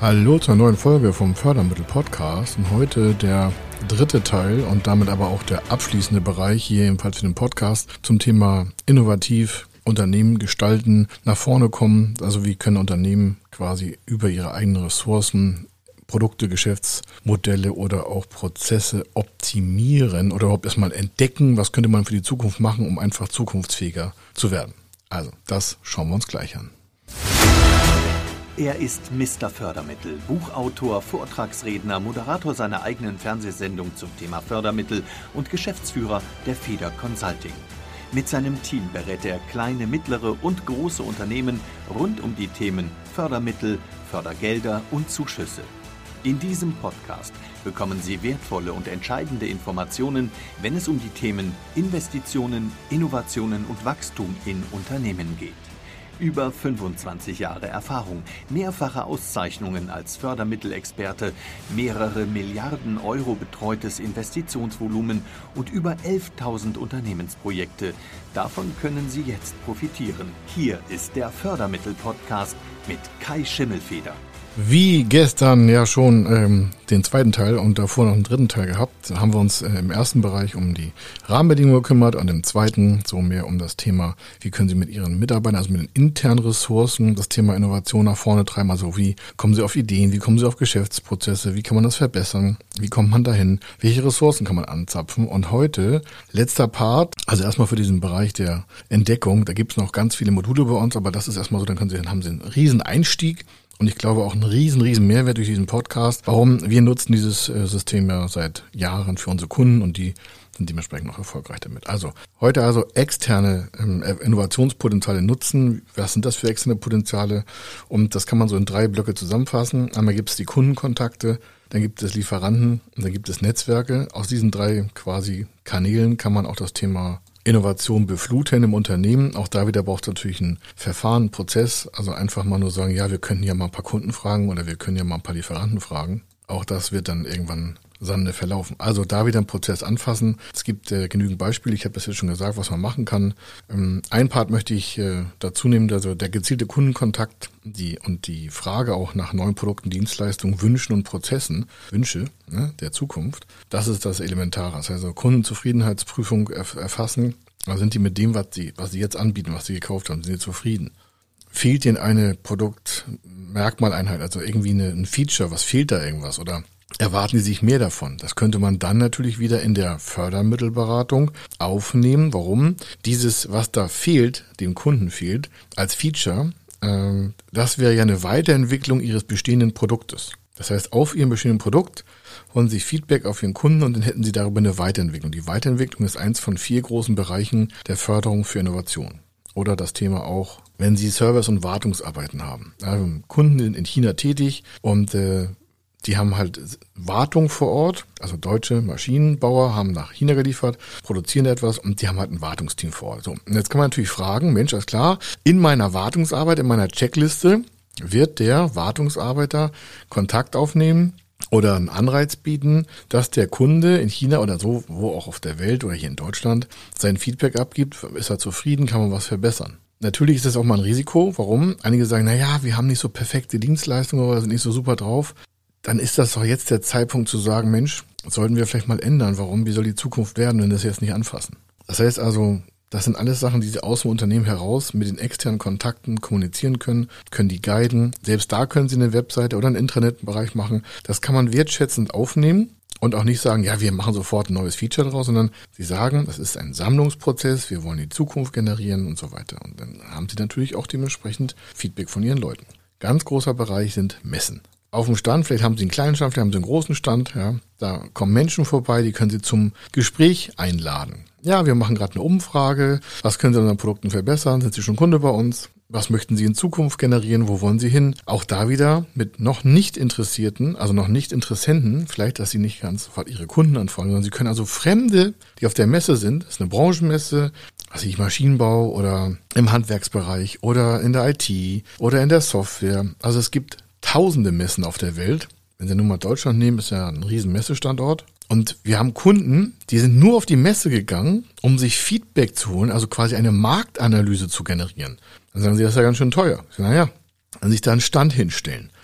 Hallo zur neuen Folge vom Fördermittel-Podcast und heute der dritte Teil und damit aber auch der abschließende Bereich hier ebenfalls für den Podcast zum Thema innovativ Unternehmen gestalten, nach vorne kommen. Also wie können Unternehmen quasi über ihre eigenen Ressourcen Produkte, Geschäftsmodelle oder auch Prozesse optimieren oder überhaupt erstmal entdecken, was könnte man für die Zukunft machen, um einfach zukunftsfähiger zu werden. Also das schauen wir uns gleich an. Er ist Mr. Fördermittel, Buchautor, Vortragsredner, Moderator seiner eigenen Fernsehsendung zum Thema Fördermittel und Geschäftsführer der Feder Consulting. Mit seinem Team berät er kleine, mittlere und große Unternehmen rund um die Themen Fördermittel, Fördergelder und Zuschüsse. In diesem Podcast bekommen Sie wertvolle und entscheidende Informationen, wenn es um die Themen Investitionen, Innovationen und Wachstum in Unternehmen geht. Über 25 Jahre Erfahrung, mehrfache Auszeichnungen als Fördermittelexperte, mehrere Milliarden Euro betreutes Investitionsvolumen und über 11.000 Unternehmensprojekte. Davon können Sie jetzt profitieren. Hier ist der Fördermittel-Podcast mit Kai Schimmelfeder. Wie gestern ja schon den zweiten Teil und davor noch einen dritten Teil gehabt, haben wir uns im ersten Bereich um die Rahmenbedingungen gekümmert und im zweiten so mehr um das Thema, wie können Sie mit Ihren Mitarbeitern, also mit den internen Ressourcen, das Thema Innovation nach vorne treiben, also wie kommen Sie auf Ideen, wie kommen Sie auf Geschäftsprozesse, wie kann man das verbessern, wie kommt man dahin, welche Ressourcen kann man anzapfen und heute, letzter Part, also erstmal für diesen Bereich der Entdeckung, da gibt es noch ganz viele Module bei uns, aber das ist erstmal so, dann haben Sie einen riesen Einstieg. Und ich glaube auch einen riesen Mehrwert durch diesen Podcast. Warum? Wir nutzen dieses System ja seit Jahren für unsere Kunden und die sind dementsprechend noch erfolgreich damit. Also heute externe Innovationspotenziale nutzen. Was sind das für externe Potenziale? Und das kann man so in 3 Blöcke zusammenfassen. Einmal gibt es die Kundenkontakte, dann gibt es Lieferanten und dann gibt es Netzwerke. Aus diesen 3 quasi Kanälen kann man auch das Thema Innovation befluten im Unternehmen. Auch da wieder braucht es natürlich ein Verfahren, einen Prozess. Also einfach mal nur sagen, ja, wir können ja mal ein paar Kunden fragen oder wir können ja mal ein paar Lieferanten fragen. Auch das wird dann irgendwann Sande verlaufen. Also da wieder einen Prozess anfassen. Es gibt genügend Beispiele. Ich habe das jetzt schon gesagt, was man machen kann. Ein Part möchte ich dazu nehmen, also der gezielte Kundenkontakt und die Frage auch nach neuen Produkten, Dienstleistungen, Wünschen und Prozessen, Wünsche der Zukunft. Das ist das Elementare. Also Kundenzufriedenheitsprüfung erfassen. Also sind die mit dem, was sie jetzt anbieten, was sie gekauft haben, sind sie zufrieden? Fehlt ihnen eine Produktmerkmaleinheit, also irgendwie ein Feature, was fehlt da irgendwas oder erwarten die sich mehr davon? Das könnte man dann natürlich wieder in der Fördermittelberatung aufnehmen. Warum? Dieses, was da fehlt, dem Kunden fehlt, als Feature, das wäre ja eine Weiterentwicklung ihres bestehenden Produktes. Das heißt, auf ihrem bestehenden Produkt holen Sie Feedback auf Ihren Kunden und dann hätten Sie darüber eine Weiterentwicklung. Die Weiterentwicklung ist eins von 4 großen Bereichen der Förderung für Innovation. Oder das Thema auch, wenn Sie Service- und Wartungsarbeiten haben. Also Kunden sind in China tätig und die haben halt Wartung vor Ort, also deutsche Maschinenbauer haben nach China geliefert, produzieren etwas und die haben halt ein Wartungsteam vor Ort. So, und jetzt kann man natürlich fragen, Mensch, alles klar, in meiner Wartungsarbeit, in meiner Checkliste wird der Wartungsarbeiter Kontakt aufnehmen oder einen Anreiz bieten, dass der Kunde in China oder so, wo auch auf der Welt oder hier in Deutschland sein Feedback abgibt, ist er zufrieden, kann man was verbessern. Natürlich ist das auch mal ein Risiko. Warum? Einige sagen, wir haben nicht so perfekte Dienstleistungen oder sind nicht so super drauf. Dann ist das doch jetzt der Zeitpunkt zu sagen, Mensch, sollten wir vielleicht mal ändern. Warum? Wie soll die Zukunft werden, wenn wir das jetzt nicht anfassen? Das heißt also, das sind alles Sachen, die Sie aus dem Unternehmen heraus mit den externen Kontakten kommunizieren können die guiden. Selbst da können Sie eine Webseite oder einen Internetbereich machen. Das kann man wertschätzend aufnehmen und auch nicht sagen, ja, wir machen sofort ein neues Feature draus, sondern Sie sagen, das ist ein Sammlungsprozess, wir wollen die Zukunft generieren und so weiter. Und dann haben Sie natürlich auch dementsprechend Feedback von Ihren Leuten. Ganz großer Bereich sind Messen. Auf dem Stand, vielleicht haben Sie einen kleinen Stand, vielleicht haben Sie einen großen Stand, ja, da kommen Menschen vorbei, die können Sie zum Gespräch einladen. Ja, wir machen gerade eine Umfrage, was können Sie an unseren Produkten verbessern, sind Sie schon Kunde bei uns, was möchten Sie in Zukunft generieren, wo wollen Sie hin? Auch da wieder mit noch nicht Interessierten, also noch nicht Interessenten, vielleicht, dass Sie nicht ganz sofort Ihre Kunden anfragen, sondern Sie können also Fremde, die auf der Messe sind, das ist eine Branchenmesse, Maschinenbau oder im Handwerksbereich oder in der IT oder in der Software, also es gibt tausende Messen auf der Welt. Wenn Sie nur mal Deutschland nehmen, ist ja ein riesen Messestandort. Und wir haben Kunden, die sind nur auf die Messe gegangen, um sich Feedback zu holen, also quasi eine Marktanalyse zu generieren. Dann sagen sie, das ist ja ganz schön teuer. Ich sage, wenn Sie sich da einen Stand hinstellen,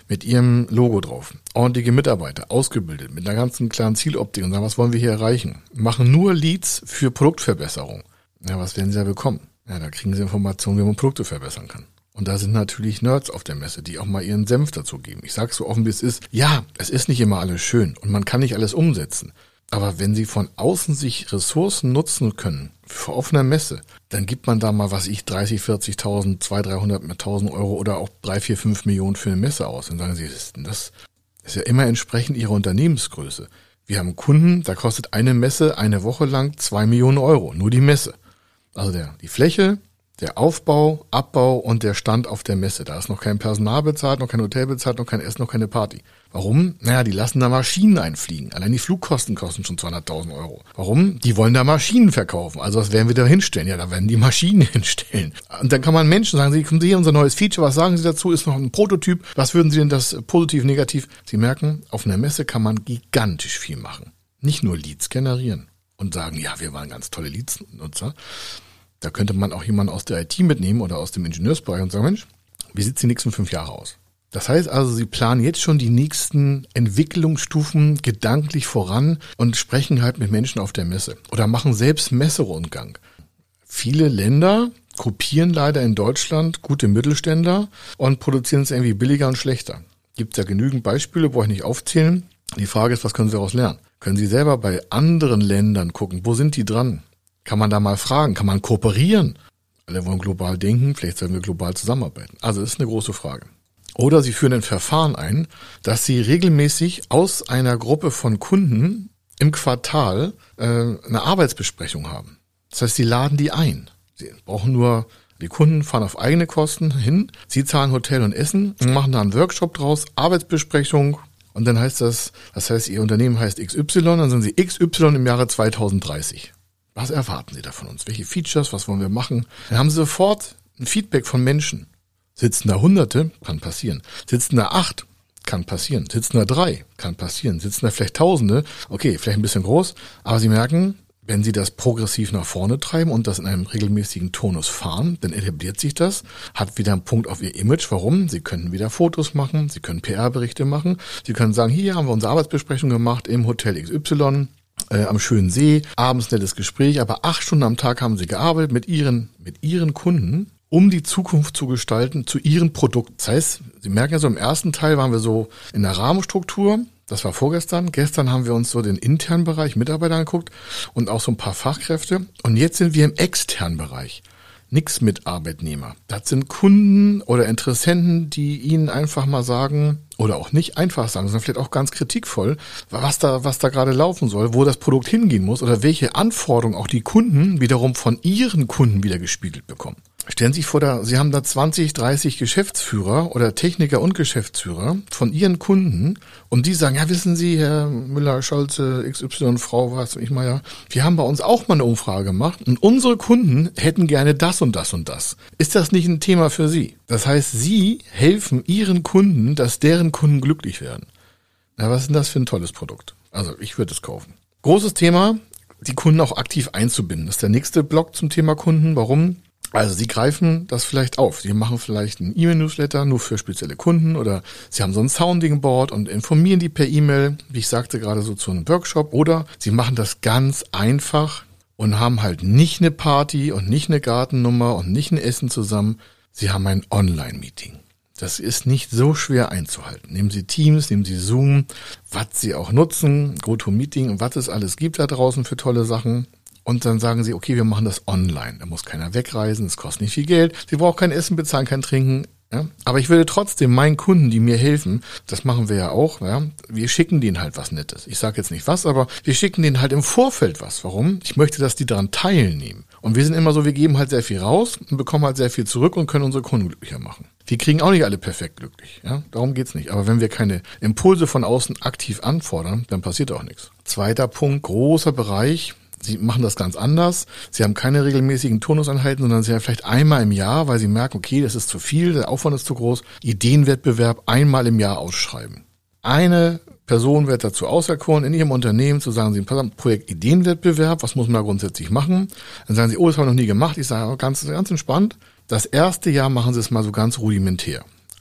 mit ihrem Logo drauf, ordentliche Mitarbeiter, ausgebildet, mit einer ganzen klaren Zieloptik und sagen, was wollen wir hier erreichen? Machen nur Leads für Produktverbesserung. Ja, was werden sie da bekommen? Ja, da kriegen sie Informationen, wie man Produkte verbessern kann. Und da sind natürlich Nerds auf der Messe, die auch mal ihren Senf dazu geben. Ich sag's so offen, wie es ist. Ja, es ist nicht immer alles schön und man kann nicht alles umsetzen. Aber wenn sie von außen sich Ressourcen nutzen können, für offener Messe, dann gibt man da mal, 30, 40.000, 200, 300.000 Euro oder auch 3, 4, 5 Millionen für eine Messe aus. Und sagen sie, das ist ja immer entsprechend ihrer Unternehmensgröße. Wir haben Kunden, da kostet eine Messe eine Woche lang 2 Millionen Euro, nur die Messe. Also die Fläche, der Aufbau, Abbau und der Stand auf der Messe. Da ist noch kein Personal bezahlt, noch kein Hotel bezahlt, noch kein Essen, noch keine Party. Warum? Naja, die lassen da Maschinen einfliegen. Allein die Flugkosten kosten schon 200.000 Euro. Warum? Die wollen da Maschinen verkaufen. Also was werden wir da hinstellen? Ja, da werden die Maschinen hinstellen. Und dann kann man Menschen sagen, Sie kommen hier unser neues Feature, was sagen Sie dazu? Ist noch ein Prototyp. Was würden Sie denn das positiv, negativ? Sie merken, auf einer Messe kann man gigantisch viel machen. Nicht nur Leads generieren und sagen, ja, wir waren ganz tolle Leads-Nutzer. Da könnte man auch jemanden aus der IT mitnehmen oder aus dem Ingenieursbereich und sagen, Mensch, wie sieht die nächsten 5 Jahre aus? Das heißt also, Sie planen jetzt schon die nächsten Entwicklungsstufen gedanklich voran und sprechen halt mit Menschen auf der Messe oder machen selbst Messerundgang. Viele Länder kopieren leider in Deutschland gute Mittelständler und produzieren es irgendwie billiger und schlechter. Gibt ja genügend Beispiele, brauche ich nicht aufzählen. Die Frage ist, was können Sie daraus lernen? Können Sie selber bei anderen Ländern gucken, wo sind die dran? Kann man da mal fragen? Kann man kooperieren? Alle wollen global denken, vielleicht sollten wir global zusammenarbeiten. Also das ist eine große Frage. Oder Sie führen ein Verfahren ein, dass Sie regelmäßig aus einer Gruppe von Kunden im Quartal eine Arbeitsbesprechung haben. Das heißt, Sie laden die ein. Sie brauchen nur, die Kunden fahren auf eigene Kosten hin, Sie zahlen Hotel und Essen und machen da einen Workshop draus, Arbeitsbesprechung. Und dann heißt das heißt, Ihr Unternehmen heißt XY, dann sind Sie XY im Jahre 2030. Was erwarten Sie da von uns? Welche Features? Was wollen wir machen? Dann haben Sie sofort ein Feedback von Menschen. Sitzen da Hunderte? Kann passieren. Sitzen da 8? Kann passieren. Sitzen da 3? Kann passieren. Sitzen da vielleicht Tausende? Okay, vielleicht ein bisschen groß. Aber Sie merken, wenn Sie das progressiv nach vorne treiben und das in einem regelmäßigen Tonus fahren, dann etabliert sich das, hat wieder einen Punkt auf Ihr Image. Warum? Sie können wieder Fotos machen, Sie können PR-Berichte machen, Sie können sagen, hier haben wir unsere Arbeitsbesprechung gemacht im Hotel XY, am schönen See, abends nettes Gespräch, aber 8 Stunden am Tag haben Sie gearbeitet mit Ihren Kunden, um die Zukunft zu gestalten zu Ihren Produkten. Das heißt, Sie merken ja so, im ersten Teil waren wir so in der Rahmenstruktur, das war vorgestern. Gestern haben wir uns so den internen Bereich Mitarbeiter angeguckt und auch so ein paar Fachkräfte. Und jetzt sind wir im externen Bereich. Nix mit Arbeitnehmer. Das sind Kunden oder Interessenten, die Ihnen einfach mal sagen, oder auch nicht einfach sagen, sondern vielleicht auch ganz kritikvoll, was da gerade laufen soll, wo das Produkt hingehen muss oder welche Anforderungen auch die Kunden wiederum von ihren Kunden wieder gespiegelt bekommen. Stellen Sie sich vor, Sie haben da 20, 30 Geschäftsführer oder Techniker und Geschäftsführer von Ihren Kunden und die sagen, ja, wissen Sie, Herr Müller, Scholze, XY, Frau, was ich mal, ja, wir haben bei uns auch mal eine Umfrage gemacht und unsere Kunden hätten gerne das und das und das. Ist das nicht ein Thema für Sie? Das heißt, Sie helfen Ihren Kunden, dass deren Kunden glücklich werden. Na, was ist denn das für ein tolles Produkt? Also, ich würde es kaufen. Großes Thema, die Kunden auch aktiv einzubinden. Das ist der nächste Block zum Thema Kunden. Warum? Also Sie greifen das vielleicht auf. Sie machen vielleicht einen E-Mail-Newsletter nur für spezielle Kunden oder Sie haben so ein Sounding-Board und informieren die per E-Mail, wie ich sagte, gerade so zu einem Workshop. Oder Sie machen das ganz einfach und haben halt nicht eine Party und nicht eine Gartennummer und nicht ein Essen zusammen. Sie haben ein Online-Meeting. Das ist nicht so schwer einzuhalten. Nehmen Sie Teams, nehmen Sie Zoom, was Sie auch nutzen, GoToMeeting und was es alles gibt da draußen für tolle Sachen. Und dann sagen Sie, okay, wir machen das online. Da muss keiner wegreisen, es kostet nicht viel Geld. Sie brauchen kein Essen bezahlen, kein Trinken. Ja? Aber ich würde trotzdem meinen Kunden, die mir helfen, das machen wir ja auch, ja? Wir schicken denen halt was Nettes. Ich sage jetzt nicht was, aber wir schicken denen halt im Vorfeld was. Warum? Ich möchte, dass die daran teilnehmen. Und wir sind immer so, wir geben halt sehr viel raus und bekommen halt sehr viel zurück und können unsere Kunden glücklicher machen. Wir kriegen auch nicht alle perfekt glücklich. Ja? Darum geht's nicht. Aber wenn wir keine Impulse von außen aktiv anfordern, dann passiert auch nichts. Zweiter Punkt, großer Bereich. Sie machen das ganz anders. Sie haben keine regelmäßigen Turnuseinheiten, sondern Sie haben vielleicht einmal im Jahr, weil Sie merken, okay, das ist zu viel, der Aufwand ist zu groß, Ideenwettbewerb einmal im Jahr ausschreiben. Eine Person wird dazu auserkoren, in Ihrem Unternehmen zu sagen, Sie haben Projekt Ideenwettbewerb, was muss man da grundsätzlich machen? Dann sagen Sie, oh, das haben wir noch nie gemacht. Ich sage, ganz entspannt. Das erste Jahr machen Sie es mal so ganz rudimentär.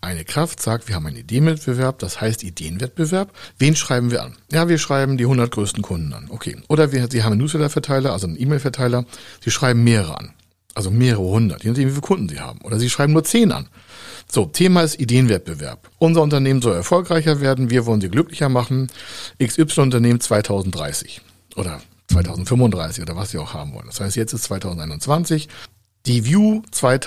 Eine Kraft sagt, wir haben einen Ideenwettbewerb, das heißt Ideenwettbewerb. Wen schreiben wir an? Ja, wir schreiben die 100 größten Kunden an. Okay. Oder Sie haben einen Newsletter-Verteiler, also einen E-Mail-Verteiler. Sie schreiben mehrere an. Also mehrere 100, je nachdem, wie viele Kunden Sie haben. Oder Sie schreiben nur 10 an. So, Thema ist Ideenwettbewerb. Unser Unternehmen soll erfolgreicher werden. Wir wollen Sie glücklicher machen. XY-Unternehmen 2030 oder 2035 oder was Sie auch haben wollen. Das heißt, jetzt ist 2021. Die View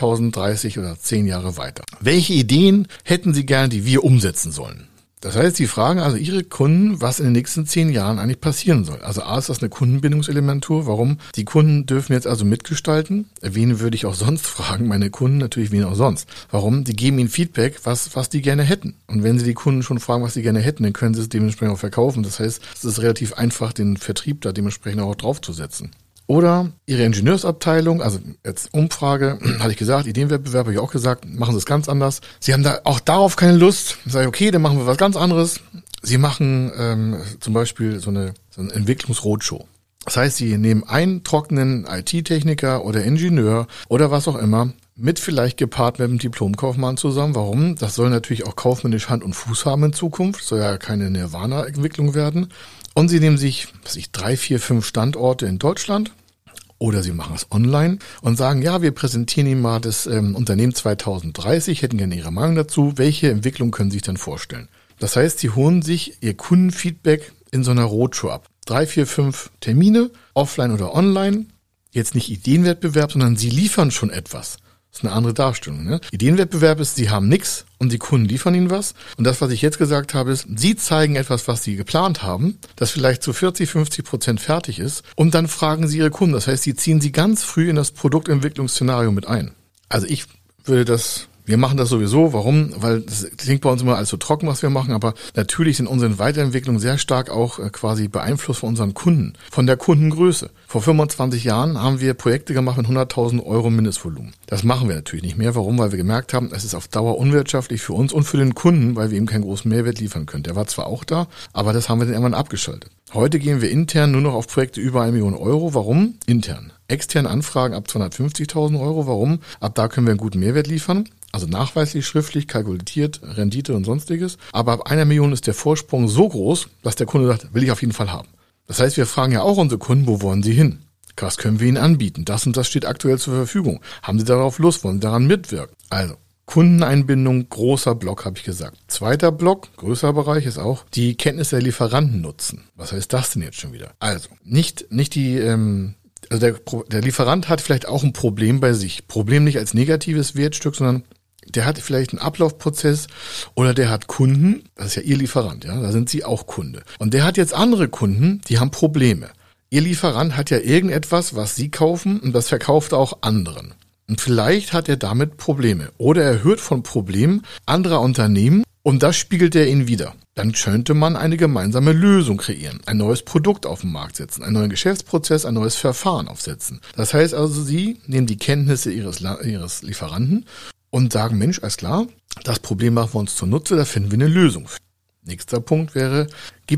2030 oder 10 Jahre weiter. Welche Ideen hätten Sie gerne, die wir umsetzen sollen? Das heißt, Sie fragen also Ihre Kunden, was in den nächsten 10 Jahren eigentlich passieren soll. Also A, ist das eine Kundenbindungselementur. Warum? Die Kunden dürfen jetzt also mitgestalten. Wen würde ich auch sonst fragen? Meine Kunden natürlich, wen auch sonst. Warum? Die geben Ihnen Feedback, was die gerne hätten. Und wenn Sie die Kunden schon fragen, was sie gerne hätten, dann können Sie es dementsprechend auch verkaufen. Das heißt, es ist relativ einfach, den Vertrieb da dementsprechend auch draufzusetzen. Oder Ihre Ingenieursabteilung, also jetzt Umfrage, hatte ich gesagt, Ideenwettbewerb habe ich auch gesagt, machen Sie es ganz anders. Sie haben da auch darauf keine Lust. Sag ich, okay, dann machen wir was ganz anderes. Sie machen zum Beispiel so eine Entwicklungsroadshow. Das heißt, Sie nehmen einen trockenen IT-Techniker oder Ingenieur oder was auch immer mit vielleicht gepaart mit einem Diplomkaufmann zusammen. Warum? Das soll natürlich auch kaufmännisch Hand und Fuß haben in Zukunft. Soll ja keine Nirvana-Entwicklung werden. Und Sie nehmen sich, 3, 4, 5 Standorte in Deutschland oder Sie machen es online und sagen, ja, wir präsentieren Ihnen mal das Unternehmen 2030, hätten gerne Ihre Meinung dazu. Welche Entwicklung können Sie sich dann vorstellen? Das heißt, Sie holen sich Ihr Kundenfeedback in so einer Roadshow ab. 3, 4, 5 Termine, offline oder online. Jetzt nicht Ideenwettbewerb, sondern Sie liefern schon etwas. Das ist eine andere Darstellung. Ne? Ideenwettbewerb ist, Sie haben nichts und die Kunden liefern Ihnen was. Und das, was ich jetzt gesagt habe, ist, Sie zeigen etwas, was Sie geplant haben, das vielleicht zu 40-50% fertig ist. Und dann fragen Sie Ihre Kunden. Das heißt, Sie ziehen Sie ganz früh in das Produktentwicklungsszenario mit ein. Also ich würde wir machen das sowieso. Warum? Weil das klingt bei uns immer als so trocken, was wir machen. Aber natürlich sind unsere Weiterentwicklungen sehr stark auch quasi beeinflusst von unseren Kunden, von der Kundengröße. Vor 25 Jahren haben wir Projekte gemacht mit 100.000 Euro Mindestvolumen. Das machen wir natürlich nicht mehr. Warum? Weil wir gemerkt haben, es ist auf Dauer unwirtschaftlich für uns und für den Kunden, weil wir ihm keinen großen Mehrwert liefern können. Der war zwar auch da, aber das haben wir dann irgendwann abgeschaltet. Heute gehen wir intern nur noch auf Projekte über 1 Million Euro. Warum? Intern. Externe Anfragen ab 250.000 Euro. Warum? Ab da können wir einen guten Mehrwert liefern. Also nachweislich, schriftlich, kalkuliert, Rendite und sonstiges. Aber ab 1 Million ist der Vorsprung so groß, dass der Kunde sagt, will ich auf jeden Fall haben. Das heißt, wir fragen ja auch unsere Kunden, wo wollen sie hin? Was können wir ihnen anbieten? Das und das steht aktuell zur Verfügung. Haben sie darauf Lust? Wollen sie daran mitwirken? Also, Kundeneinbindung, großer Block, habe ich gesagt. Zweiter Block, größerer Bereich, ist auch die Kenntnisse der Lieferanten nutzen. Was heißt das denn jetzt schon wieder? Also, nicht die... Also der Lieferant hat vielleicht auch ein Problem bei sich. Problem nicht als negatives Wertstück, sondern der hat vielleicht einen Ablaufprozess oder der hat Kunden, das ist ja Ihr Lieferant, ja, da sind Sie auch Kunde. Und der hat jetzt andere Kunden, die haben Probleme. Ihr Lieferant hat ja irgendetwas, was Sie kaufen und das verkauft er auch anderen. Und vielleicht hat er damit Probleme oder er hört von Problemen anderer Unternehmen und das spiegelt er Ihnen wider. Dann könnte man eine gemeinsame Lösung kreieren, ein neues Produkt auf den Markt setzen, einen neuen Geschäftsprozess, ein neues Verfahren aufsetzen. Das heißt also, Sie nehmen die Kenntnisse Ihres Lieferanten und sagen, Mensch, alles klar, das Problem machen wir uns zunutze, da finden wir eine Lösung. Nächster Punkt wäre,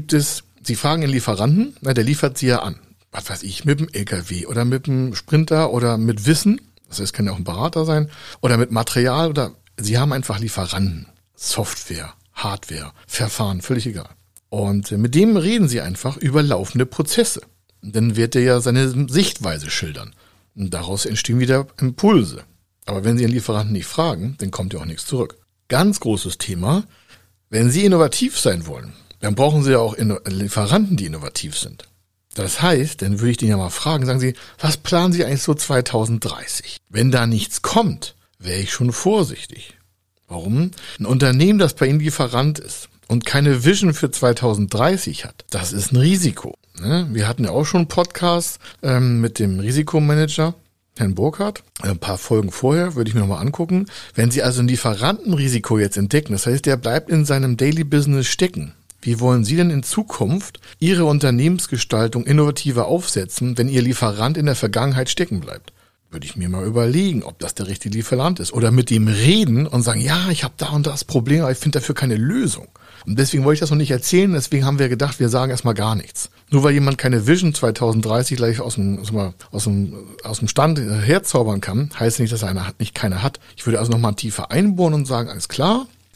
Sie fragen den Lieferanten, der liefert Sie ja an. Was weiß ich, mit dem LKW oder mit dem Sprinter oder mit Wissen, das heißt, kann ja auch ein Berater sein, oder mit Material oder Sie haben einfach Lieferanten, Software, Hardware, Verfahren, völlig egal. Und mit dem reden Sie einfach über laufende Prozesse. Dann wird er ja seine Sichtweise schildern. Und daraus entstehen wieder Impulse. Aber wenn Sie Ihren Lieferanten nicht fragen, dann kommt ja auch nichts zurück. Ganz großes Thema, wenn Sie innovativ sein wollen, dann brauchen Sie ja auch Lieferanten, die innovativ sind. Das heißt, dann würde ich den ja mal fragen, sagen Sie, was planen Sie eigentlich so 2030? Wenn da nichts kommt, wäre ich schon vorsichtig. Warum? Ein Unternehmen, das bei Ihnen Lieferant ist und keine Vision für 2030 hat, das ist ein Risiko. Wir hatten ja auch schon einen Podcast mit dem Risikomanager, Herrn Burkhardt. Ein paar Folgen vorher, würde ich mir nochmal angucken. Wenn Sie also ein Lieferantenrisiko jetzt entdecken, das heißt, der bleibt in seinem Daily Business stecken. Wie wollen Sie denn in Zukunft Ihre Unternehmensgestaltung innovativer aufsetzen, wenn Ihr Lieferant in der Vergangenheit stecken bleibt? Würde ich mir mal überlegen, ob das der richtige Lieferant ist. Oder mit dem reden und sagen, ja, ich habe da und das Problem, aber ich finde dafür keine Lösung. Und deswegen wollte ich das noch nicht erzählen, deswegen haben wir gedacht, wir sagen erstmal gar nichts. Nur weil jemand keine Vision 2030 gleich aus dem Stand herzaubern kann, heißt nicht, dass er keine hat. Ich würde also nochmal tiefer einbohren und sagen, alles klar,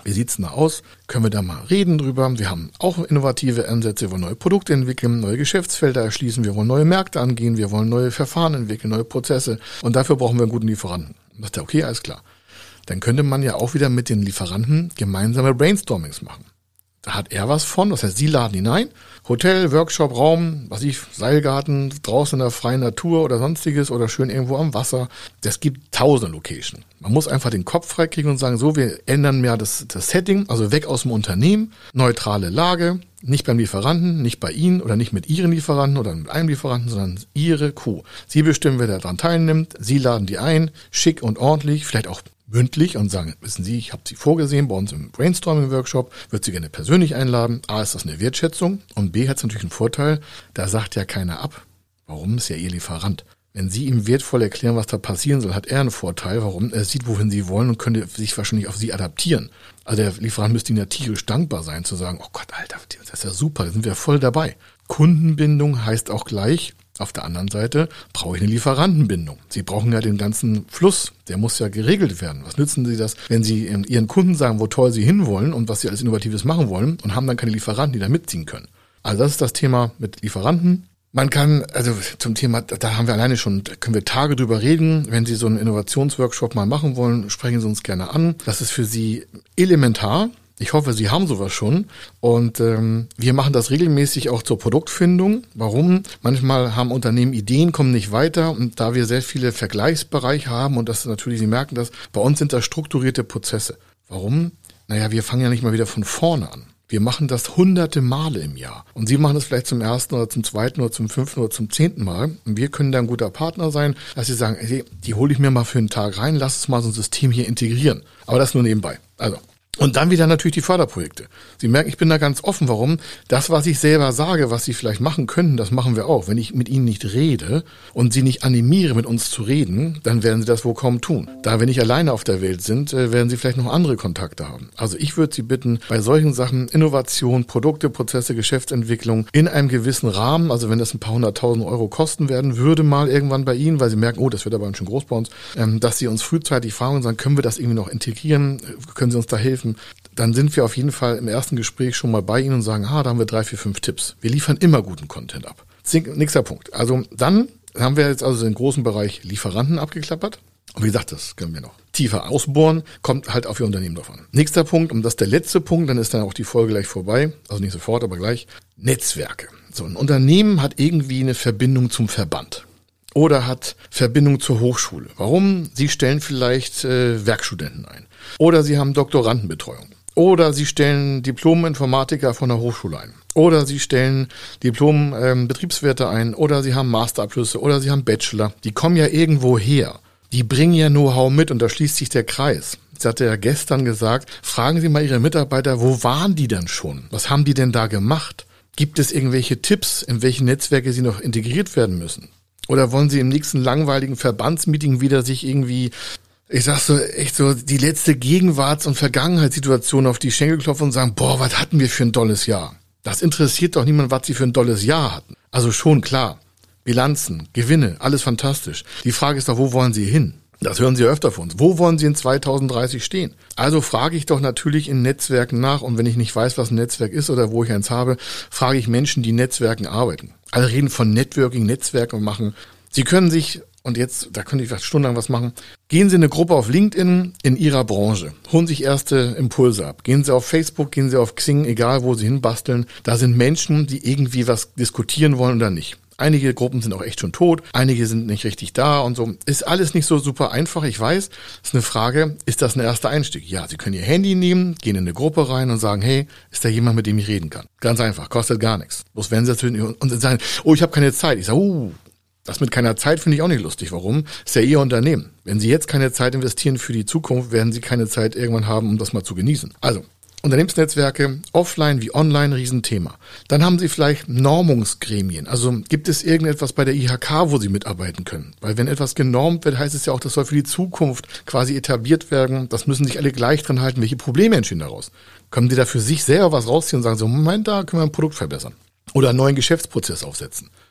Wie sieht's denn da aus? Können wir da mal reden drüber? Wir haben auch innovative Ansätze, wir wollen neue Produkte entwickeln, neue Geschäftsfelder erschließen, wir wollen neue Märkte angehen, wir wollen neue Verfahren entwickeln, neue Prozesse und dafür brauchen wir einen guten Lieferanten. Und sagt er, okay, alles klar. Dann könnte man ja auch wieder mit den Lieferanten gemeinsame Brainstormings machen. Da hat er was von, das heißt, sie laden ihn ein. Hotel, Workshop, Raum, Seilgarten, draußen in der freien Natur oder sonstiges oder schön irgendwo am Wasser. Das gibt tausende Locations. Man muss einfach den Kopf freikriegen und sagen, so, wir ändern mehr das Setting, also weg aus dem Unternehmen, neutrale Lage, nicht beim Lieferanten, nicht bei Ihnen oder nicht mit Ihren Lieferanten oder mit einem Lieferanten, sondern Ihre Kuh. Sie bestimmen, wer daran teilnimmt, Sie laden die ein, schick und ordentlich, vielleicht auch mündlich und sagen, wissen Sie, ich habe Sie vorgesehen bei uns im Brainstorming-Workshop, würde Sie gerne persönlich einladen. A, ist das eine Wertschätzung und B, hat es natürlich einen Vorteil, da sagt ja keiner ab. Warum? Ist ja Ihr Lieferant. Wenn Sie ihm wertvoll erklären, was da passieren soll, hat er einen Vorteil. Warum? Er sieht, wohin Sie wollen und könnte sich wahrscheinlich auf Sie adaptieren. Also der Lieferant müsste Ihnen ja tierisch dankbar sein, zu sagen, oh Gott, Alter, das ist ja super, da sind wir voll dabei. Kundenbindung heißt auch gleich, auf der anderen Seite brauche ich eine Lieferantenbindung. Sie brauchen ja den ganzen Fluss, der muss ja geregelt werden. Was nützen Sie das, wenn Sie Ihren Kunden sagen, wo toll Sie hinwollen und was Sie alles Innovatives machen wollen und haben dann keine Lieferanten, die da mitziehen können? Also das ist das Thema mit Lieferanten. Man kann, also zum Thema, da haben wir alleine schon, da können wir Tage drüber reden. Wenn Sie so einen Innovationsworkshop mal machen wollen, sprechen Sie uns gerne an. Das ist für Sie elementar. Ich hoffe, Sie haben sowas schon und wir machen das regelmäßig auch zur Produktfindung. Warum? Manchmal haben Unternehmen Ideen, kommen nicht weiter und da wir sehr viele Vergleichsbereiche haben und das natürlich, Sie merken das, bei uns sind das strukturierte Prozesse. Warum? Naja, wir fangen ja nicht mal wieder von vorne an. Wir machen das hunderte Male im Jahr. Und Sie machen das vielleicht zum ersten oder zum zweiten oder zum 5. oder zum 10. Mal. Und wir können da ein guter Partner sein, dass Sie sagen, hey, die hole ich mir mal für einen Tag rein, lass uns mal so ein System hier integrieren. Aber das nur nebenbei. Also. Und dann wieder natürlich die Förderprojekte. Sie merken, ich bin da ganz offen. Warum? Das, was ich selber sage, was Sie vielleicht machen könnten, das machen wir auch. Wenn ich mit Ihnen nicht rede und Sie nicht animiere, mit uns zu reden, dann werden Sie das wohl kaum tun. Da wir nicht alleine auf der Welt sind, werden Sie vielleicht noch andere Kontakte haben. Also ich würde Sie bitten, bei solchen Sachen Innovation, Produkte, Prozesse, Geschäftsentwicklung in einem gewissen Rahmen, also wenn das ein paar 100.000 Euro kosten werden würde mal irgendwann bei Ihnen, weil Sie merken, oh, das wird aber schon groß bei uns, dass Sie uns frühzeitig fragen und sagen, können wir das irgendwie noch integrieren? Können Sie uns da helfen? Dann sind wir auf jeden Fall im ersten Gespräch schon mal bei Ihnen und sagen, da haben wir 3, 4, 5 Tipps. Wir liefern immer guten Content ab. Nächster Punkt. Also dann haben wir jetzt also den großen Bereich Lieferanten abgeklappert. Und wie gesagt, das können wir noch tiefer ausbohren, kommt halt auf Ihr Unternehmen davon. Nächster Punkt, und das ist der letzte Punkt, dann ist dann auch die Folge gleich vorbei, also nicht sofort, aber gleich, Netzwerke. So, ein Unternehmen hat irgendwie eine Verbindung zum Verband. Oder hat Verbindung zur Hochschule. Warum? Sie stellen vielleicht Werkstudenten ein. Oder Sie haben Doktorandenbetreuung. Oder Sie stellen Diplom-Informatiker von der Hochschule ein. Oder Sie stellen Diplom-Betriebswirte ein. Oder Sie haben Masterabschlüsse. Oder Sie haben Bachelor. Die kommen ja irgendwo her. Die bringen ja Know-how mit und da schließt sich der Kreis. Das hatte ja gestern gesagt, fragen Sie mal Ihre Mitarbeiter, wo waren die denn schon? Was haben die denn da gemacht? Gibt es irgendwelche Tipps, in welche Netzwerke sie noch integriert werden müssen? Oder wollen Sie im nächsten langweiligen Verbandsmeeting wieder sich irgendwie, ich sag so, echt so, die letzte Gegenwarts- und Vergangenheitssituation auf die Schenkel klopfen und sagen, boah, was hatten wir für ein tolles Jahr? Das interessiert doch niemand, was Sie für ein tolles Jahr hatten. Also schon klar, Bilanzen, Gewinne, alles fantastisch. Die Frage ist doch, wo wollen Sie hin? Das hören Sie ja öfter von uns. Wo wollen Sie in 2030 stehen? Also frage ich doch natürlich in Netzwerken nach und wenn ich nicht weiß, was ein Netzwerk ist oder wo ich eins habe, frage ich Menschen, die in Netzwerken arbeiten. Alle reden von Networking, Netzwerke machen. Sie können sich, und jetzt, da könnte ich vielleicht stundenlang was machen, gehen Sie in eine Gruppe auf LinkedIn in Ihrer Branche, holen sich erste Impulse ab. Gehen Sie auf Facebook, gehen Sie auf Xing, egal wo Sie hinbasteln. Da sind Menschen, die irgendwie was diskutieren wollen oder nicht. Einige Gruppen sind auch echt schon tot, einige sind nicht richtig da und so. Ist alles nicht so super einfach, ich weiß. Ist eine Frage, ist das ein erster Einstieg? Ja, Sie können Ihr Handy nehmen, gehen in eine Gruppe rein und sagen, hey, ist da jemand, mit dem ich reden kann? Ganz einfach, kostet gar nichts. Bloß wenn Sie natürlich und sagen, oh, ich habe keine Zeit. Ich sage, das mit keiner Zeit finde ich auch nicht lustig. Warum? Ist ja Ihr Unternehmen. Wenn Sie jetzt keine Zeit investieren für die Zukunft, werden Sie keine Zeit irgendwann haben, um das mal zu genießen. Also, Unternehmensnetzwerke, offline wie online, Riesenthema. Dann haben Sie vielleicht Normungsgremien. Also gibt es irgendetwas bei der IHK, wo Sie mitarbeiten können? Weil wenn etwas genormt wird, heißt es ja auch, das soll für die Zukunft quasi etabliert werden. Das müssen sich alle gleich dran halten. Welche Probleme entstehen daraus? Können Sie da für sich selber was rausziehen und sagen, so Moment, da können wir ein Produkt verbessern? Oder einen neuen Geschäftsprozess aufsetzen?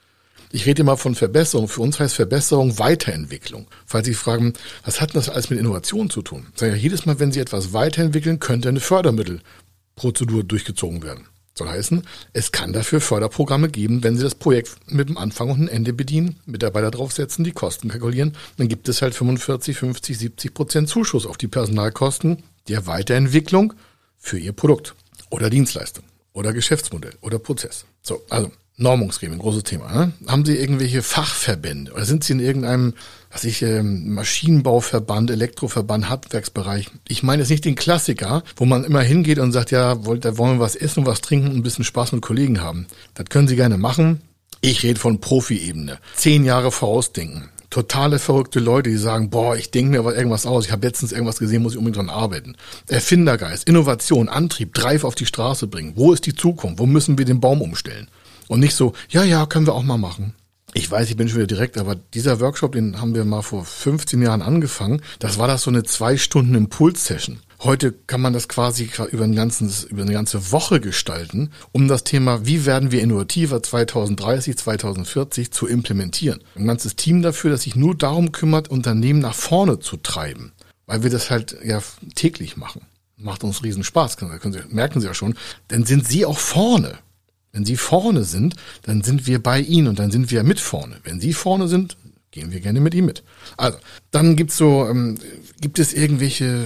Ich rede immer von Verbesserung. Für uns heißt Verbesserung Weiterentwicklung. Falls Sie fragen, was hat denn das alles mit Innovation zu tun? Ich sage ja, jedes Mal, wenn Sie etwas weiterentwickeln, könnte eine Fördermittelprozedur durchgezogen werden. Soll heißen, es kann dafür Förderprogramme geben, wenn Sie das Projekt mit dem Anfang und dem Ende bedienen, Mitarbeiter draufsetzen, die Kosten kalkulieren, dann gibt es halt 45, 50, 70% Zuschuss auf die Personalkosten der Weiterentwicklung für Ihr Produkt oder Dienstleistung oder Geschäftsmodell oder Prozess. So, also Normungsgremien, großes Thema. Ne? Haben Sie irgendwelche Fachverbände oder sind Sie in irgendeinem, Maschinenbauverband, Elektroverband, Handwerksbereich? Ich meine jetzt nicht den Klassiker, wo man immer hingeht und sagt, ja, da wollen wir was essen und was trinken und ein bisschen Spaß mit Kollegen haben. Das können Sie gerne machen. Ich rede von Profi-Ebene. 10 Jahre vorausdenken. Totale verrückte Leute, die sagen, boah, ich denke mir irgendwas aus, ich habe letztens irgendwas gesehen, muss ich unbedingt dran arbeiten. Erfindergeist, Innovation, Antrieb, Drive auf die Straße bringen. Wo ist die Zukunft? Wo müssen wir den Baum umstellen? Und nicht so, ja, können wir auch mal machen. Ich weiß, ich bin schon wieder direkt, aber dieser Workshop, den haben wir mal vor 15 Jahren angefangen. Das war so eine 2 Stunden Impuls-Session. Heute kann man das quasi über eine ganze Woche gestalten, um das Thema, wie werden wir innovativer 2030, 2040 zu implementieren. Ein ganzes Team dafür, das sich nur darum kümmert, Unternehmen nach vorne zu treiben, weil wir das halt ja täglich machen. Macht uns riesen Spaß, merken Sie ja schon. Dann sind Sie auch vorne. Wenn Sie vorne sind, dann sind wir bei Ihnen und dann sind wir mit vorne. Wenn Sie vorne sind, gehen wir gerne mit Ihnen mit. Also, dann gibt es irgendwelche,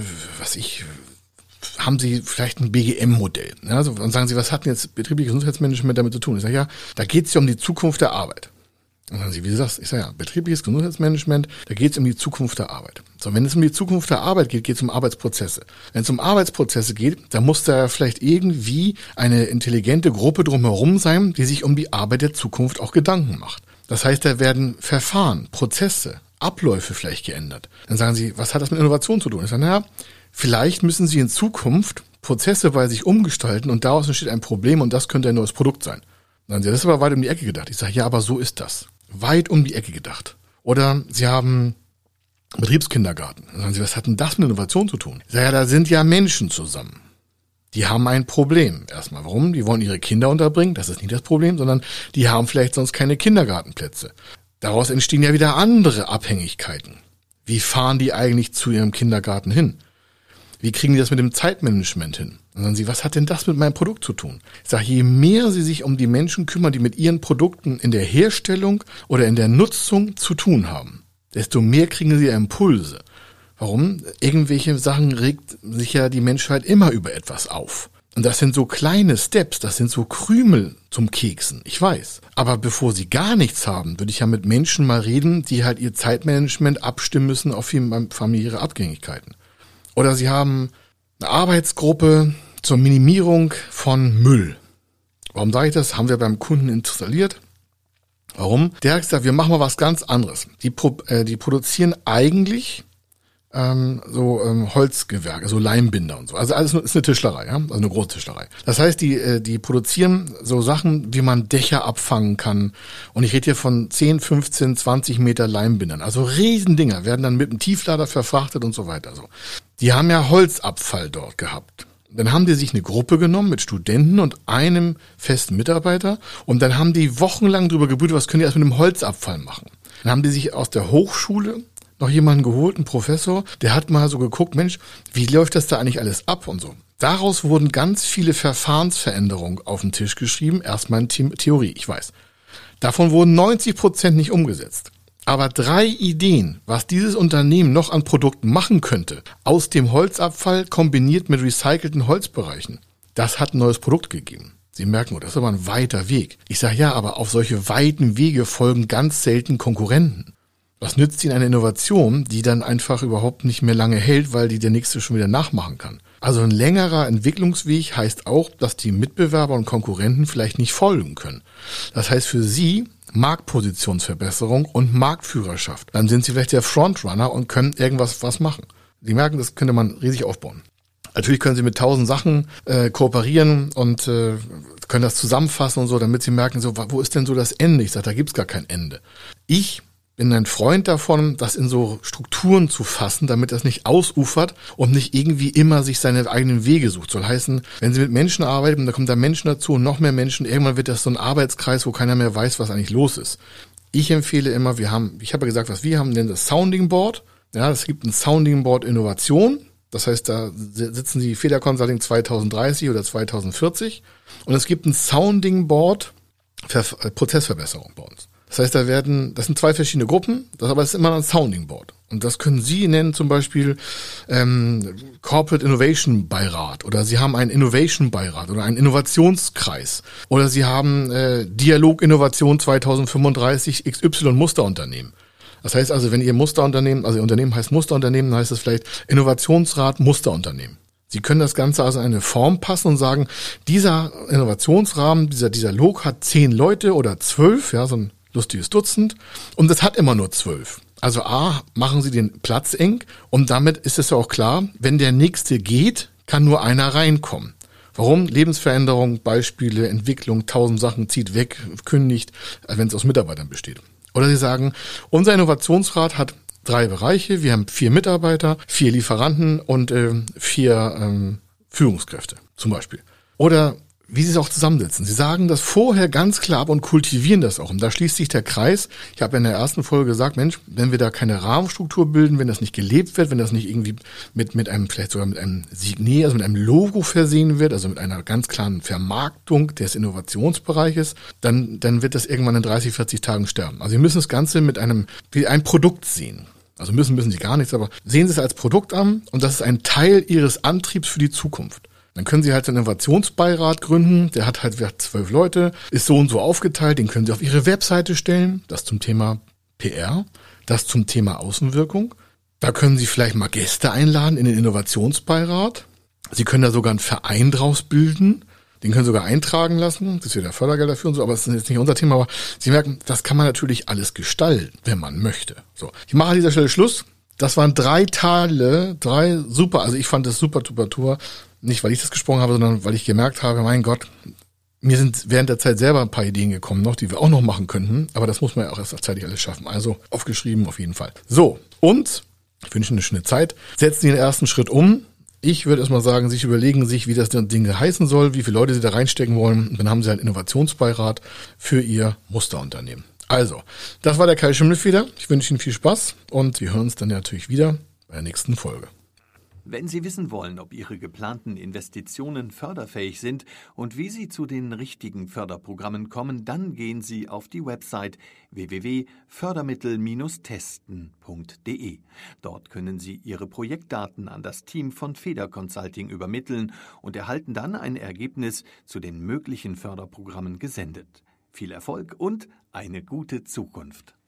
haben Sie vielleicht ein BGM-Modell? Also, dann sagen Sie, was hat denn jetzt betriebliches Gesundheitsmanagement damit zu tun? Ich sage, ja, da geht es ja um die Zukunft der Arbeit. Und dann sagen Sie, wie sagst du? Ich sage, ja, betriebliches Gesundheitsmanagement, da geht es um die Zukunft der Arbeit. So, wenn es um die Zukunft der Arbeit geht, geht es um Arbeitsprozesse. Wenn es um Arbeitsprozesse geht, dann muss da vielleicht irgendwie eine intelligente Gruppe drumherum sein, die sich um die Arbeit der Zukunft auch Gedanken macht. Das heißt, da werden Verfahren, Prozesse, Abläufe vielleicht geändert. Dann sagen Sie, was hat das mit Innovation zu tun? Ich sage, naja, vielleicht müssen Sie in Zukunft Prozesse bei sich umgestalten und daraus entsteht ein Problem und das könnte ein neues Produkt sein. Dann sagen Sie, das ist aber weit um die Ecke gedacht. Ich sage, ja, aber so ist das. Weit um die Ecke gedacht. Oder Sie haben Betriebskindergarten. Dann sagen Sie, was hat denn das mit Innovation zu tun? Ich sage, ja, da sind ja Menschen zusammen. Die haben ein Problem. Erstmal, warum? Die wollen ihre Kinder unterbringen. Das ist nicht das Problem, sondern die haben vielleicht sonst keine Kindergartenplätze. Daraus entstehen ja wieder andere Abhängigkeiten. Wie fahren die eigentlich zu ihrem Kindergarten hin? Wie kriegen die das mit dem Zeitmanagement hin? Und dann sagen Sie, was hat denn das mit meinem Produkt zu tun? Ich sage, je mehr Sie sich um die Menschen kümmern, die mit ihren Produkten in der Herstellung oder in der Nutzung zu tun haben, desto mehr kriegen Sie Impulse. Warum? Irgendwelche Sachen regt sich ja die Menschheit immer über etwas auf. Und das sind so kleine Steps, das sind so Krümel zum Keksen, ich weiß. Aber bevor Sie gar nichts haben, würde ich ja mit Menschen mal reden, die halt ihr Zeitmanagement abstimmen müssen auf familiäre Abhängigkeiten. Oder Sie haben eine Arbeitsgruppe zur Minimierung von Müll. Warum sage ich das? Haben wir beim Kunden installiert. Warum? Der hat gesagt, wir machen mal was ganz anderes. Die produzieren eigentlich Holzgewerke, so Leimbinder und so. Also alles ist eine Tischlerei, ja, also eine große Tischlerei. Das heißt, die produzieren so Sachen, wie man Dächer abfangen kann. Und ich rede hier von 10, 15, 20 Meter Leimbindern. Also Riesendinger werden dann mit dem Tieflader verfrachtet und so weiter. So. Die haben ja Holzabfall dort gehabt. Dann haben die sich eine Gruppe genommen mit Studenten und einem festen Mitarbeiter und dann haben die wochenlang drüber gebrütet, was können die erst mit dem Holzabfall machen. Dann haben die sich aus der Hochschule noch jemanden geholt, einen Professor, der hat mal so geguckt, Mensch, wie läuft das da eigentlich alles ab und so. Daraus wurden ganz viele Verfahrensveränderungen auf den Tisch geschrieben, erstmal in Theorie, ich weiß. Davon wurden 90% nicht umgesetzt. Aber 3 Ideen, was dieses Unternehmen noch an Produkten machen könnte, aus dem Holzabfall kombiniert mit recycelten Holzbereichen, das hat ein neues Produkt gegeben. Sie merken, das ist aber ein weiter Weg. Ich sage ja, aber auf solche weiten Wege folgen ganz selten Konkurrenten. Was nützt Ihnen eine Innovation, die dann einfach überhaupt nicht mehr lange hält, weil die der nächste schon wieder nachmachen kann? Also ein längerer Entwicklungsweg heißt auch, dass die Mitbewerber und Konkurrenten vielleicht nicht folgen können. Das heißt für Sie Marktpositionsverbesserung und Marktführerschaft. Dann sind Sie vielleicht der Frontrunner und können was machen. Sie merken, das könnte man riesig aufbauen. Natürlich können Sie mit 1000 Sachen kooperieren und können das zusammenfassen und so, damit Sie merken, so, wo ist denn so das Ende? Ich sage, da gibt's gar kein Ende. Ich bin ein Freund davon, das in so Strukturen zu fassen, damit das nicht ausufert und nicht irgendwie immer sich seine eigenen Wege sucht. Soll heißen, wenn Sie mit Menschen arbeiten, da kommen da Menschen dazu und noch mehr Menschen, irgendwann wird das so ein Arbeitskreis, wo keiner mehr weiß, was eigentlich los ist. Ich empfehle immer, ich habe ja gesagt, was wir haben, nennen das Sounding Board. Ja, es gibt ein Sounding Board Innovation. Das heißt, da sitzen die Feder Consulting 2030 oder 2040. Und es gibt ein Sounding Board für Prozessverbesserung bei uns. Das heißt, das sind 2 verschiedene Gruppen, aber es ist immer ein Sounding Board. Und das können Sie nennen zum Beispiel Corporate Innovation Beirat, oder Sie haben einen Innovation Beirat oder einen Innovationskreis, oder Sie haben Dialog Innovation 2035 XY Musterunternehmen. Das heißt also, wenn Ihr Musterunternehmen, also Ihr Unternehmen heißt Musterunternehmen, dann heißt es vielleicht Innovationsrat Musterunternehmen. Sie können das Ganze also in eine Form passen und sagen, dieser Innovationsrahmen, dieser Dialog hat 10 Leute oder 12, ja, so ein lustiges Dutzend, und das hat immer nur 12. Also machen Sie den Platz eng, und damit ist es ja auch klar, wenn der Nächste geht, kann nur einer reinkommen. Warum? Lebensveränderung, Beispiele, Entwicklung, 1000 Sachen, zieht weg, kündigt, wenn es aus Mitarbeitern besteht. Oder Sie sagen, unser Innovationsrat hat 3 Bereiche, wir haben 4 Mitarbeiter, 4 Lieferanten und 4 Führungskräfte zum Beispiel. Oder wie Sie es auch zusammensetzen. Sie sagen das vorher ganz klar ab und kultivieren das auch. Und da schließt sich der Kreis. Ich habe in der ersten Folge gesagt, Mensch, wenn wir da keine Rahmenstruktur bilden, wenn das nicht gelebt wird, wenn das nicht irgendwie mit einem, vielleicht sogar mit einem Signet, also mit einem Logo versehen wird, also mit einer ganz klaren Vermarktung des Innovationsbereiches, dann wird das irgendwann in 30, 40 Tagen sterben. Also Sie müssen das Ganze wie ein Produkt sehen. Also müssen Sie gar nichts, aber sehen Sie es als Produkt an, und das ist ein Teil Ihres Antriebs für die Zukunft. Dann können Sie halt einen Innovationsbeirat gründen, der hat halt 12 Leute, ist so und so aufgeteilt, den können Sie auf Ihre Webseite stellen, das zum Thema PR, das zum Thema Außenwirkung. Da können Sie vielleicht mal Gäste einladen in den Innovationsbeirat. Sie können da sogar einen Verein draus bilden, den können Sie sogar eintragen lassen, das ist wieder Fördergelder dafür und so, aber das ist jetzt nicht unser Thema, aber Sie merken, das kann man natürlich alles gestalten, wenn man möchte. So, ich mache an dieser Stelle Schluss. Das waren 3 Teile, 3 super, also ich fand das super, nicht weil ich das gesprochen habe, sondern weil ich gemerkt habe, mein Gott, mir sind während der Zeit selber ein paar Ideen gekommen noch, die wir auch noch machen könnten, aber das muss man ja auch erst zeitlich alles schaffen. Also aufgeschrieben auf jeden Fall. So, und ich wünsche Ihnen eine schöne Zeit. Setzen Sie den ersten Schritt um. Ich würde erstmal sagen, sich überlegen, wie das Ding heißen soll, wie viele Leute Sie da reinstecken wollen. Und dann haben Sie einen Innovationsbeirat für Ihr Musterunternehmen. Also, das war der Kai Schimmelfeder. Ich wünsche Ihnen viel Spaß und wir hören uns dann natürlich wieder bei der nächsten Folge. Wenn Sie wissen wollen, ob Ihre geplanten Investitionen förderfähig sind und wie Sie zu den richtigen Förderprogrammen kommen, dann gehen Sie auf die Website www.fördermittel-testen.de. Dort können Sie Ihre Projektdaten an das Team von Feder Consulting übermitteln und erhalten dann ein Ergebnis zu den möglichen Förderprogrammen gesendet. Viel Erfolg und eine gute Zukunft!